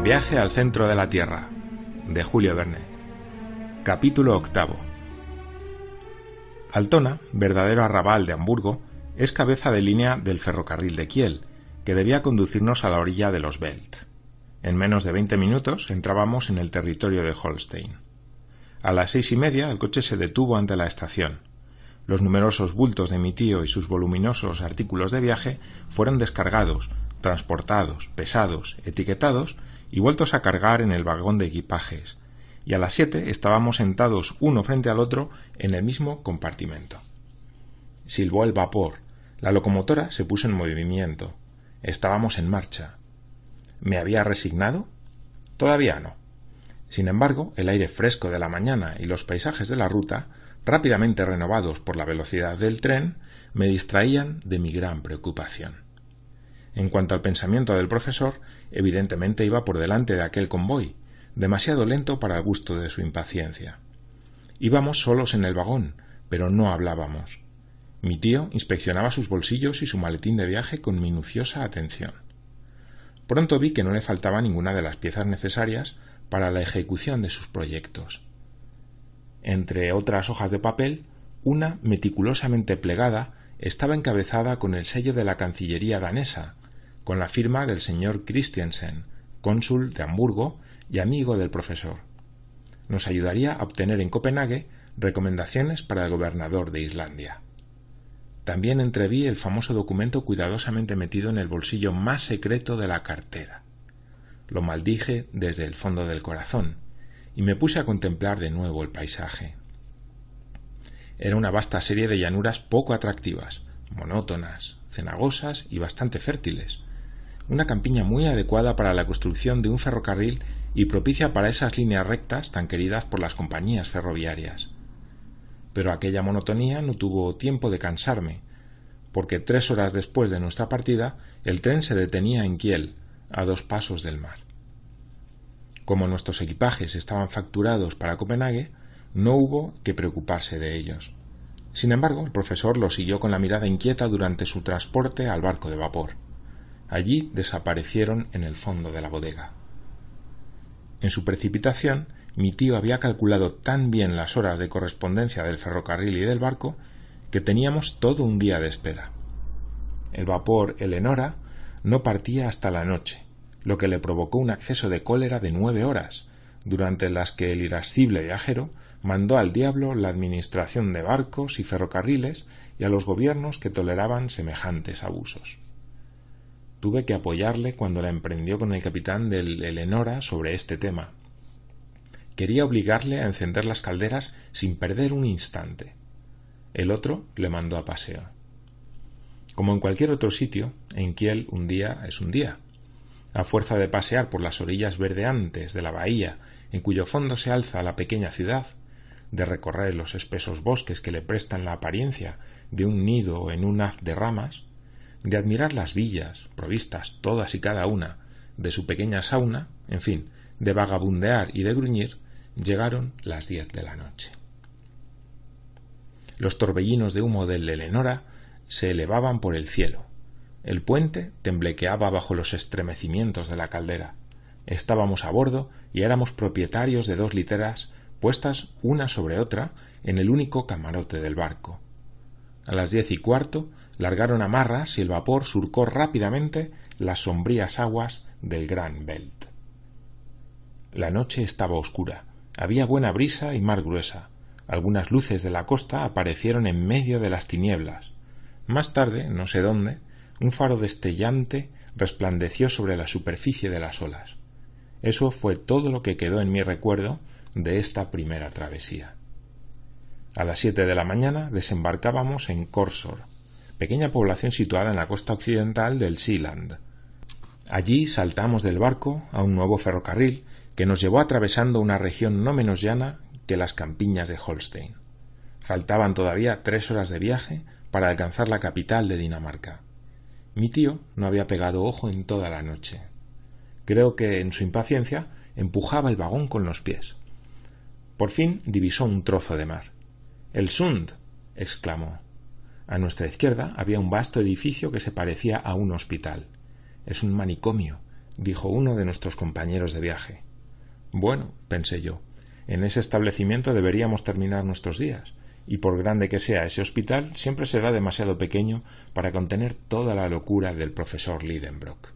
Viaje al centro de la Tierra, de Julio Verne. Capítulo 8. Altona, verdadero arrabal de Hamburgo, es cabeza de línea del ferrocarril de Kiel, que debía conducirnos a la orilla de los Belt. En menos de 20 minutos entrábamos en el territorio de Holstein. A las 6:30 el coche se detuvo ante la estación. Los numerosos bultos de mi tío y sus voluminosos artículos de viaje fueron descargados, transportados, pesados, etiquetados y vueltos a cargar en el vagón de equipajes, y a las 7 estábamos sentados uno frente al otro en el mismo compartimento. Silbó el vapor, la locomotora se puso en movimiento, estábamos en marcha. ¿Me había resignado? Todavía no. Sin embargo, el aire fresco de la mañana y los paisajes de la ruta, rápidamente renovados por la velocidad del tren, me distraían de mi gran preocupación. En cuanto al pensamiento del profesor, evidentemente iba por delante de aquel convoy, demasiado lento para el gusto de su impaciencia. Íbamos solos en el vagón, pero no hablábamos. Mi tío inspeccionaba sus bolsillos y su maletín de viaje con minuciosa atención. Pronto vi que no le faltaba ninguna de las piezas necesarias para la ejecución de sus proyectos. Entre otras hojas de papel, una meticulosamente plegada estaba encabezada con el sello de la Cancillería danesa, con la firma del señor Christiansen, cónsul de Hamburgo y amigo del profesor. Nos ayudaría a obtener en Copenhague recomendaciones para el gobernador de Islandia. También entreví el famoso documento cuidadosamente metido en el bolsillo más secreto de la cartera. Lo maldije desde el fondo del corazón y me puse a contemplar de nuevo el paisaje. Era una vasta serie de llanuras poco atractivas, monótonas, cenagosas y bastante fértiles. Una campiña muy adecuada para la construcción de un ferrocarril y propicia para esas líneas rectas tan queridas por las compañías ferroviarias. Pero aquella monotonía no tuvo tiempo de cansarme, porque 3 horas después de nuestra partida el tren se detenía en Kiel, a 2 pasos del mar. Como nuestros equipajes estaban facturados para Copenhague, no hubo que preocuparse de ellos. Sin embargo, el profesor los siguió con la mirada inquieta durante su transporte al barco de vapor. Allí desaparecieron en el fondo de la bodega. En su precipitación, mi tío había calculado tan bien las horas de correspondencia del ferrocarril y del barco que teníamos todo un día de espera. El vapor Eleonora no partía hasta la noche, lo que le provocó un acceso de cólera de 9 horas, durante las que el irascible viajero mandó al diablo la administración de barcos y ferrocarriles y a los gobiernos que toleraban semejantes abusos. Tuve que apoyarle cuando la emprendió con el capitán del Eleonora sobre este tema. Quería obligarle a encender las calderas sin perder un instante. El otro le mandó a paseo. Como en cualquier otro sitio, en Kiel un día es un día. A fuerza de pasear por las orillas verdeantes de la bahía en cuyo fondo se alza la pequeña ciudad, de recorrer los espesos bosques que le prestan la apariencia de un nido en un haz de ramas, de admirar las villas, provistas todas y cada una de su pequeña sauna, en fin, de vagabundear y de gruñir, llegaron las 10 de la noche. Los torbellinos de humo del Eleonora se elevaban por el cielo. El puente temblequeaba bajo los estremecimientos de la caldera. Estábamos a bordo y éramos propietarios de 2 literas puestas una sobre otra en el único camarote del barco. A las 10:15 largaron amarras y el vapor surcó rápidamente las sombrías aguas del Gran Belt. La noche estaba oscura, había buena brisa y mar gruesa. Algunas luces de la costa aparecieron en medio de las tinieblas. Más tarde, no sé dónde, un faro destellante resplandeció sobre la superficie de las olas. Eso fue todo lo que quedó en mi recuerdo de esta primera travesía. A las 7 de la mañana desembarcábamos en Korsor, pequeña población situada en la costa occidental del Sealand. Allí saltamos del barco a un nuevo ferrocarril que nos llevó atravesando una región no menos llana que las campiñas de Holstein. Faltaban todavía 3 horas de viaje para alcanzar la capital de Dinamarca. Mi tío no había pegado ojo en toda la noche. Creo que, en su impaciencia, empujaba el vagón con los pies. Por fin divisó un trozo de mar. «¡El Sund!», exclamó. A nuestra izquierda había un vasto edificio que se parecía a un hospital. «Es un manicomio», dijo uno de nuestros compañeros de viaje. Bueno, pensé yo, en ese establecimiento deberíamos terminar nuestros días, y por grande que sea ese hospital, siempre será demasiado pequeño para contener toda la locura del profesor Lidenbrock.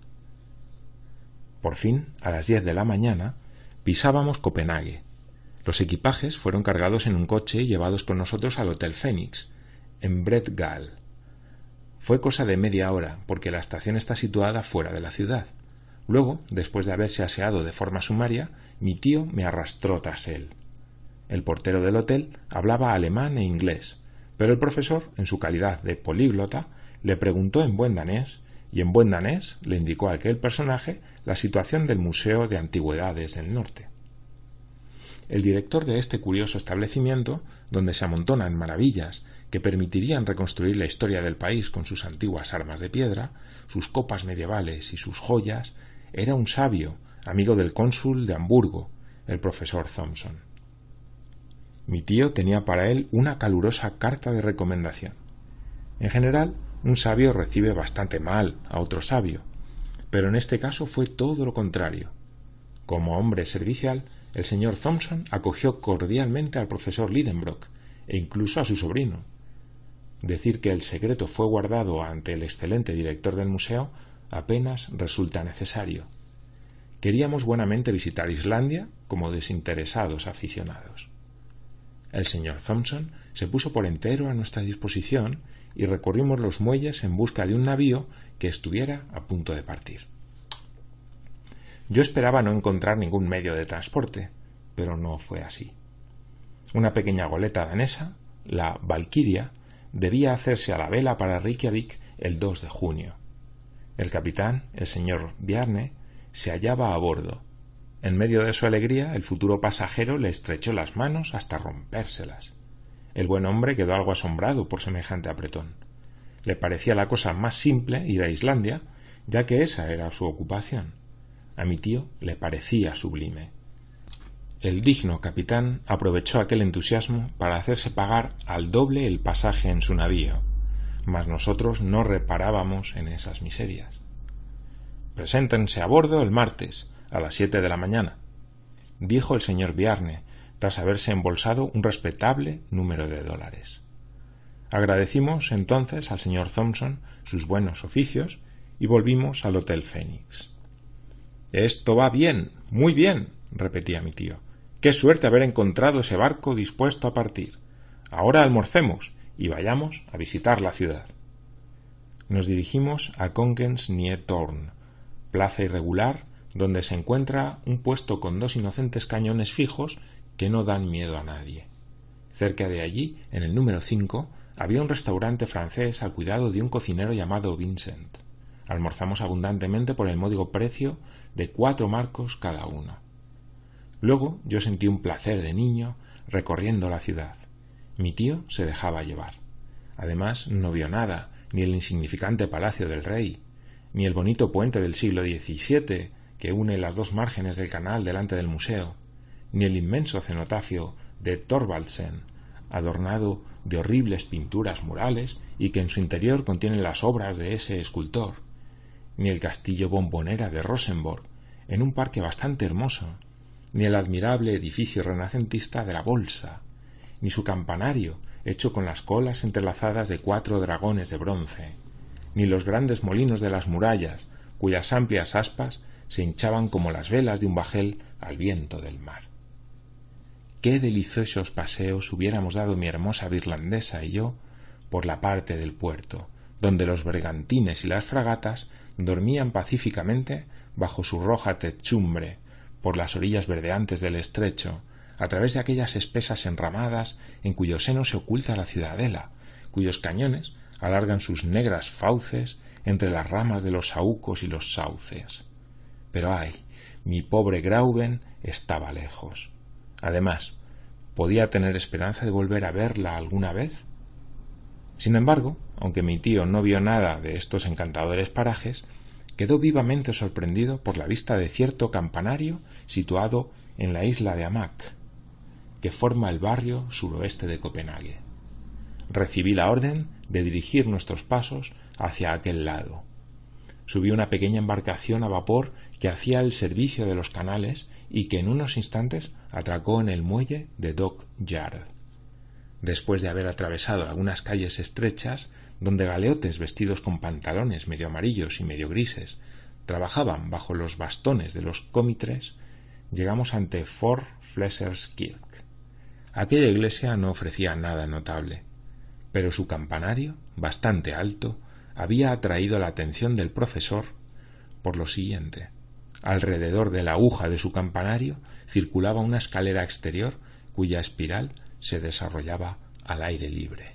Por fin, a las 10 de la mañana, pisábamos Copenhague. Los equipajes fueron cargados en un coche y llevados con nosotros al Hotel Phoenix, en Bredgál. Fue cosa de media hora, porque la estación está situada fuera de la ciudad. Luego, después de haberse aseado de forma sumaria, mi tío me arrastró tras él. El portero del hotel hablaba alemán e inglés, pero el profesor, en su calidad de políglota, le preguntó en buen danés, y en buen danés le indicó a aquel personaje la situación del Museo de Antigüedades del Norte. El director de este curioso establecimiento, donde se amontonan maravillas que permitirían reconstruir la historia del país con sus antiguas armas de piedra, sus copas medievales y sus joyas, era un sabio, amigo del cónsul de Hamburgo, el profesor Thompson. Mi tío tenía para él una calurosa carta de recomendación. En general, un sabio recibe bastante mal a otro sabio, pero en este caso fue todo lo contrario. Como hombre servicial, el señor Thompson acogió cordialmente al profesor Lidenbrock e incluso a su sobrino. Decir que el secreto fue guardado ante el excelente director del museo apenas resulta necesario. Queríamos buenamente visitar Islandia como desinteresados aficionados. El señor Thompson se puso por entero a nuestra disposición y recorrimos los muelles en busca de un navío que estuviera a punto de partir. Yo esperaba no encontrar ningún medio de transporte, pero no fue así. Una pequeña goleta danesa, la Valkyria, debía hacerse a la vela para Reykjavik el 2 de junio. El capitán, el señor Bjarne, se hallaba a bordo. En medio de su alegría, el futuro pasajero le estrechó las manos hasta rompérselas. El buen hombre quedó algo asombrado por semejante apretón. Le parecía la cosa más simple ir a Islandia, ya que esa era su ocupación. A mi tío le parecía sublime. El digno capitán aprovechó aquel entusiasmo para hacerse pagar al doble el pasaje en su navío, mas nosotros no reparábamos en esas miserias. «Preséntense a bordo el martes, a las 7 de la mañana», dijo el señor Bjarne, tras haberse embolsado un respetable número de $. Agradecimos entonces al señor Thompson sus buenos oficios y volvimos al Hotel Phoenix. «Esto va bien, muy bien», repetía mi tío. «Qué suerte haber encontrado ese barco dispuesto a partir. Ahora almorcemos y vayamos a visitar la ciudad». Nos dirigimos a Kongens Nye Torn, plaza irregular donde se encuentra un puesto con 2 inocentes cañones fijos que no dan miedo a nadie. Cerca de allí, en el número 5, había un restaurante francés al cuidado de un cocinero llamado Vincent. Almorzamos abundantemente por el módico precio de 4 marcos cada uno. Luego yo sentí un placer de niño recorriendo la ciudad. Mi tío se dejaba llevar. Además no vio nada, ni el insignificante palacio del rey, ni el bonito puente del siglo XVII que une las 2 márgenes del canal delante del museo, ni el inmenso cenotafio de Thorvaldsen, adornado de horribles pinturas murales y que en su interior contiene las obras de ese escultor, ni el castillo bombonera de Rosenborg, en un parque bastante hermoso, ni el admirable edificio renacentista de la Bolsa, ni su campanario hecho con las colas entrelazadas de 4 dragones de bronce, ni los grandes molinos de las murallas, cuyas amplias aspas se hinchaban como las velas de un bajel al viento del mar. Qué deliciosos paseos hubiéramos dado mi hermosa virlandesa y yo por la parte del puerto, donde los bergantines y las fragatas dormían pacíficamente bajo su roja techumbre, por las orillas verdeantes del estrecho, a través de aquellas espesas enramadas en cuyo seno se oculta la ciudadela, cuyos cañones alargan sus negras fauces entre las ramas de los saúcos y los sauces. Pero ay, mi pobre Grauben estaba lejos. Además, ¿podía tener esperanza de volver a verla alguna vez? Sin embargo, aunque mi tío no vio nada de estos encantadores parajes, quedó vivamente sorprendido por la vista de cierto campanario situado en la isla de Amak, que forma el barrio suroeste de Copenhague. Recibí la orden de dirigir nuestros pasos hacia aquel lado. Subí una pequeña embarcación a vapor que hacía el servicio de los canales y que en unos instantes atracó en el muelle de Dock Yard. Después de haber atravesado algunas calles estrechas, donde galeotes vestidos con pantalones medio amarillos y medio grises trabajaban bajo los bastones de los cómitres, llegamos ante Fort Fletcher's Kirk. Aquella iglesia no ofrecía nada notable, pero su campanario, bastante alto, había atraído la atención del profesor por lo siguiente. Alrededor de la aguja de su campanario circulaba una escalera exterior cuya espiral se desarrollaba al aire libre.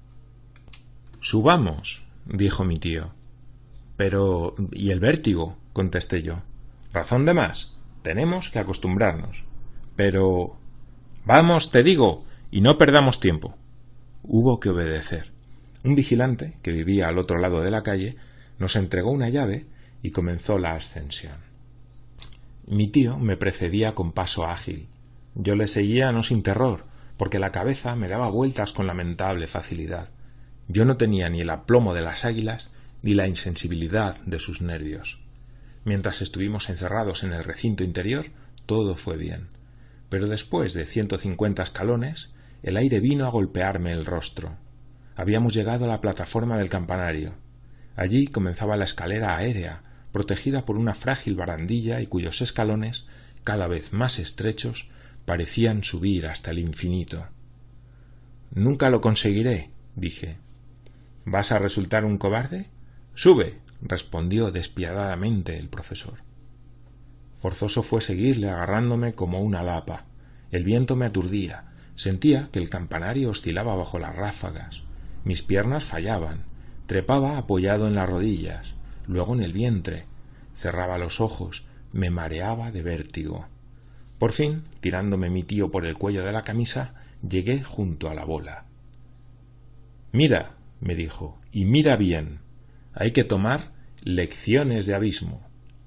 «Subamos», dijo mi tío. «Pero... ¿y el vértigo?», contesté yo. «Razón de más. Tenemos que acostumbrarnos. Pero... ¡vamos, te digo! Y no perdamos tiempo». Hubo que obedecer. Un vigilante, que vivía al otro lado de la calle, nos entregó una llave y comenzó la ascensión. Mi tío me precedía con paso ágil. Yo le seguía no sin terror, porque la cabeza me daba vueltas con lamentable facilidad. Yo no tenía ni el aplomo de las águilas ni la insensibilidad de sus nervios. Mientras estuvimos encerrados en el recinto interior, todo fue bien. Pero después de 150 escalones, el aire vino a golpearme el rostro. Habíamos llegado a la plataforma del campanario. Allí comenzaba la escalera aérea, protegida por una frágil barandilla y cuyos escalones, cada vez más estrechos, parecían subir hasta el infinito. «Nunca lo conseguiré», dije. «¿Vas a resultar un cobarde? Sube», respondió despiadadamente el profesor. Forzoso fue seguirle agarrándome como una lapa. El viento me aturdía. Sentía que el campanario oscilaba bajo las ráfagas. Mis piernas fallaban. Trepaba apoyado en las rodillas, luego en el vientre. Cerraba los ojos. Me mareaba de vértigo. Por fin, tirándome mi tío por el cuello de la camisa, llegué junto a la bola. «Mira», me dijo, «y mira bien. Hay que tomar lecciones de abismo».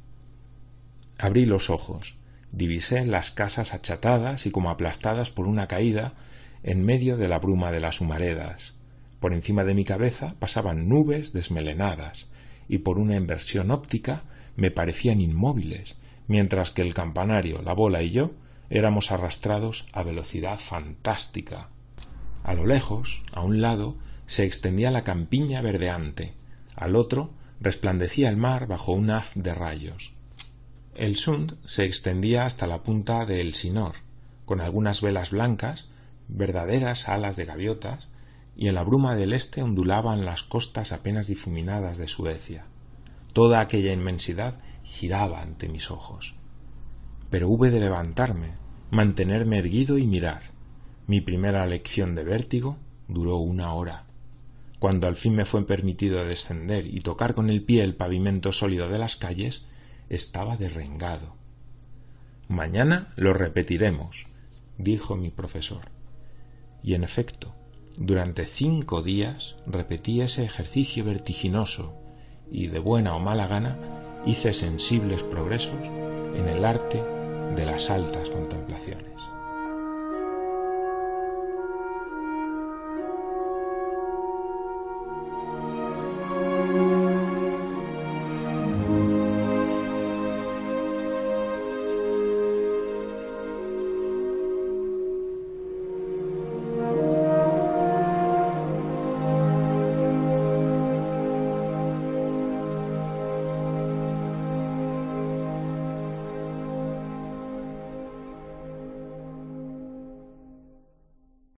Abrí los ojos. Divisé las casas achatadas y como aplastadas por una caída en medio de la bruma de las humaredas. Por encima de mi cabeza pasaban nubes desmelenadas y por una inversión óptica me parecían inmóviles, mientras que el campanario, la bola y yo éramos arrastrados a velocidad fantástica. A lo lejos, a un lado, se extendía la campiña verdeante, al otro resplandecía el mar bajo un haz de rayos. El Sund se extendía hasta la punta de Elsinor, con algunas velas blancas, verdaderas alas de gaviotas, y en la bruma del este ondulaban las costas apenas difuminadas de Suecia. Toda aquella inmensidad giraba ante mis ojos. Pero hube de levantarme, mantenerme erguido y mirar. Mi primera lección de vértigo duró 1 hora. Cuando al fin me fue permitido descender y tocar con el pie el pavimento sólido de las calles, estaba derrengado. «Mañana lo repetiremos», dijo mi profesor. Y en efecto, durante 5 días repetí ese ejercicio vertiginoso y, de buena o mala gana, hice sensibles progresos en el arte de las altas contemplaciones.